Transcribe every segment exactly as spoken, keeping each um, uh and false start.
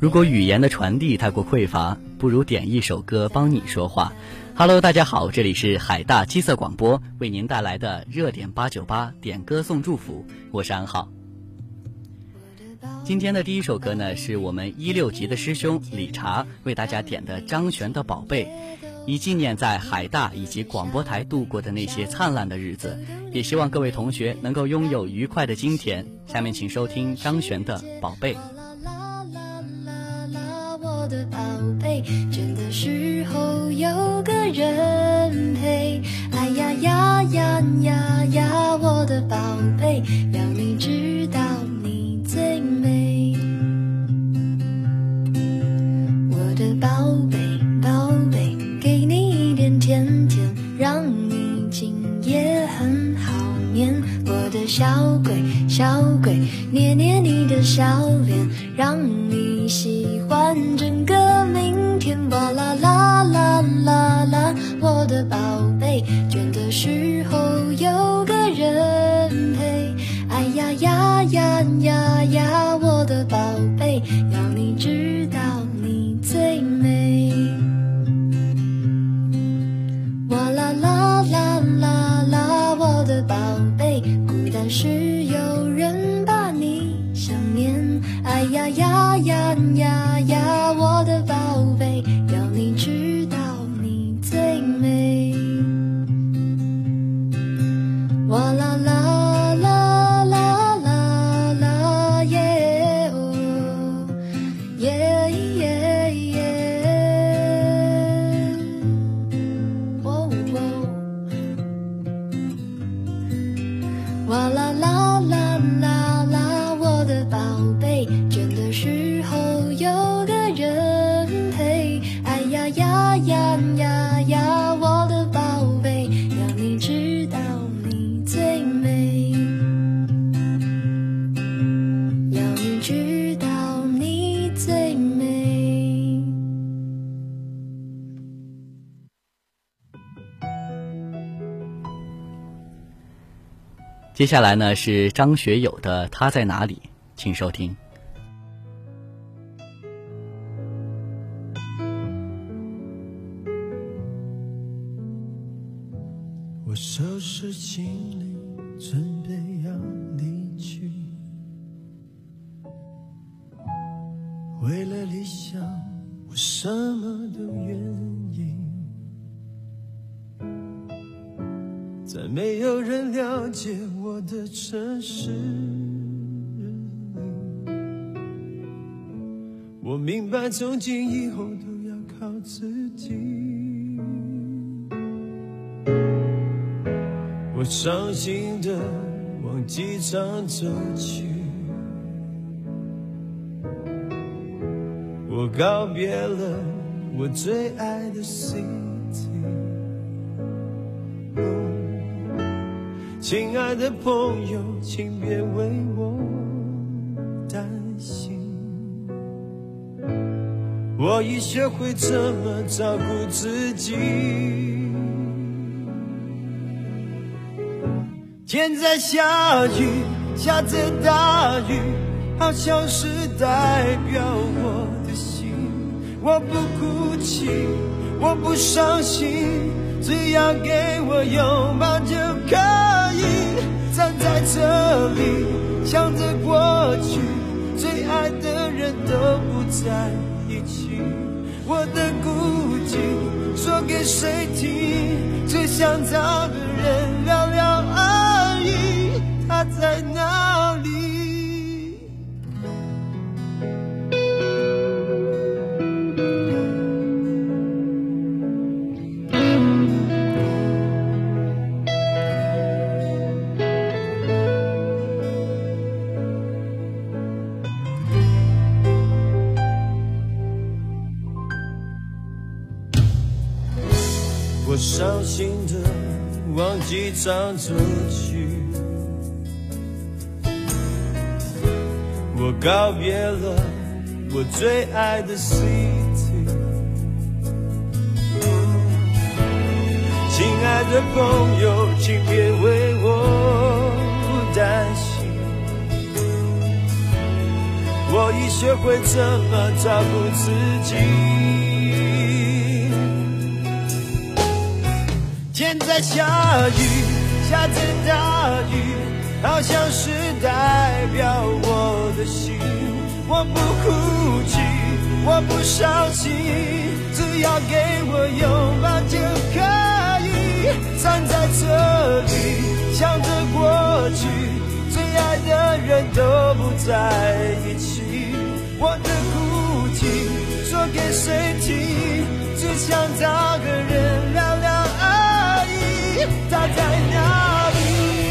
如果语言的传递太过匮乏，不如点一首歌帮你说话。Hello， 大家好，这里是海大七色广播为您带来的热点八九八点歌送祝福，我是安浩。今天的第一首歌呢，是我们一六级的师兄理查为大家点的张悬的宝贝，以纪念在海大以及广播台度过的那些灿烂的日子，也希望各位同学能够拥有愉快的今天。下面请收听张悬的宝贝。 我的宝贝，倦的时候有个人陪，哎呀呀呀呀呀，我的宝贝，要你知道你最美。我的宝贝宝贝，给你一点甜甜，让你今夜很好眠。我的小鬼小鬼，捏捏你的小脸，让你喜欢整个明天。哇啦啦啦啦啦，我的宝贝，倦的时候有个人陪，哎呀呀呀呀呀，我的宝贝，要你知道你最美。哇啦啦啦啦啦，我的宝贝，孤单时有人把你想念，哎呀呀呀呀呀，我的宝贝，要你知道你最美。哇啦啦啦啦啦啦耶哦耶耶耶，哦哦，哇啦啦啦啦啦，我的宝贝，倦的时候有个人陪，哎呀呀呀呀呀，我的宝贝，要你知道你最美，要你知道你最美。 接下来呢是张学友的他在哪里，请收听。 我收拾行李准备要离去，为了理想我什么都愿意，在没有人了解我的城市里，我明白从今以后都要靠自己。我伤心的往机场走去，我告别了我最爱的 city。亲爱的朋友，请别为我担心，我已学会怎么照顾自己。天在下雨，下着大雨，好像是代表我的心。我不哭泣，我不伤心，只要给我拥抱就可以。站在这里，想着过去，最爱的人都不在一起。我的孤寂说给谁听？最想找的人聊聊而已，他在哪里？我伤心的往机场走去，我告别了我最爱的 city。 亲爱的朋友，请别为我担心， 我已学会怎么照顾自己。天在下雨，下着大雨，好像是代表我的心。我不哭泣，我不伤心，只要给我拥抱就可以。站在这里，想着过去，最爱的人都不在一起。我的哭泣说给谁听？只想找个人聊聊而已。他在哪里？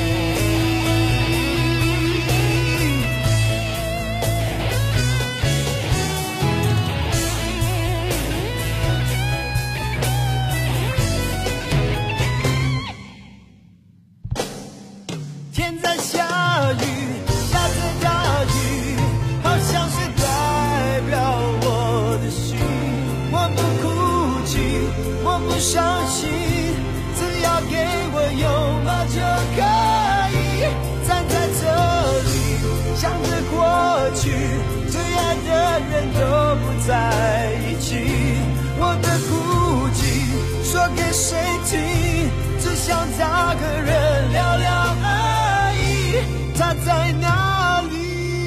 天在下雨，下着大雨，好像是代表我的心。我不哭泣，我不伤心，只要给我拥抱就可以。站在这里，想着过去，最爱的人都不在一起。我的哭泣说给谁听？只想找个人聊聊而已。他在哪里？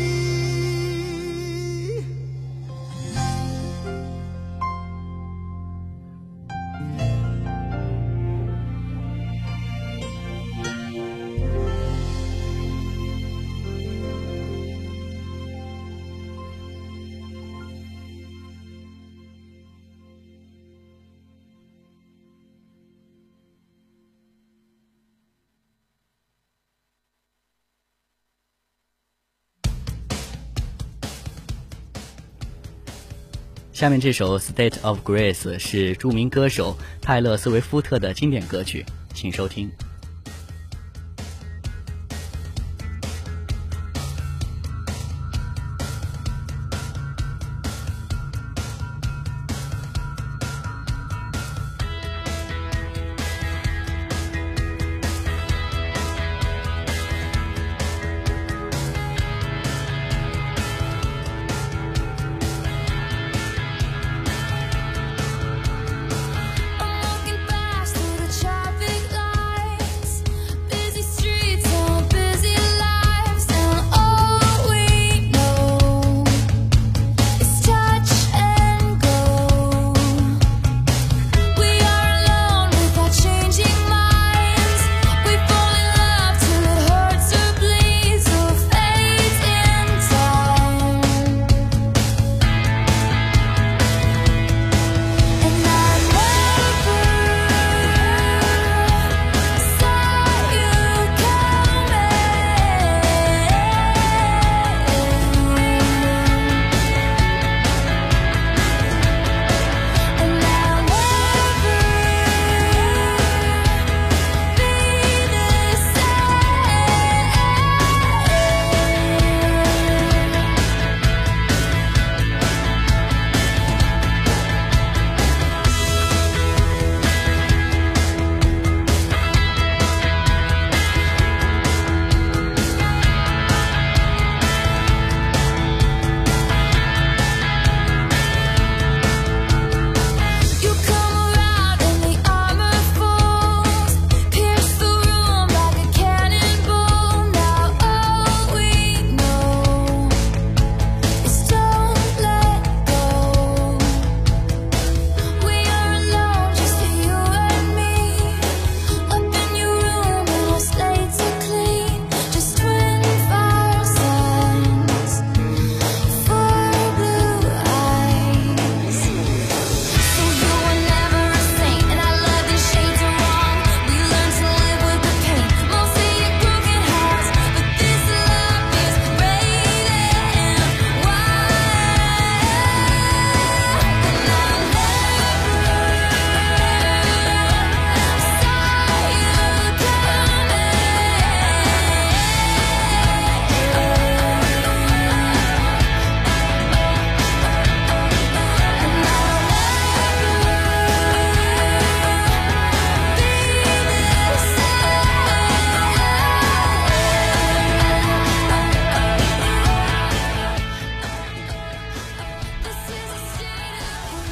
下面这首《State of Grace》是著名歌手泰勒·斯威夫特的经典歌曲，请收听。 I'm walking fast through the traffic light.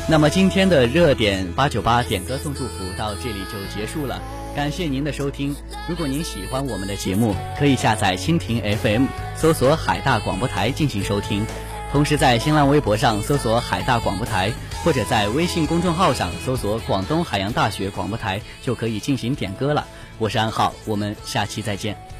那么今天的热点八九八点歌送祝福到这里就结束了，感谢您的收听。如果您喜欢我们的节目，可以下载蜻蜓 F M， 搜索海大广播台进行收听，同时在新浪微博上搜索海大广播台，或者在微信公众号上搜索广东海洋大学广播台，就可以进行点歌了。我是安浩，我们下期再见。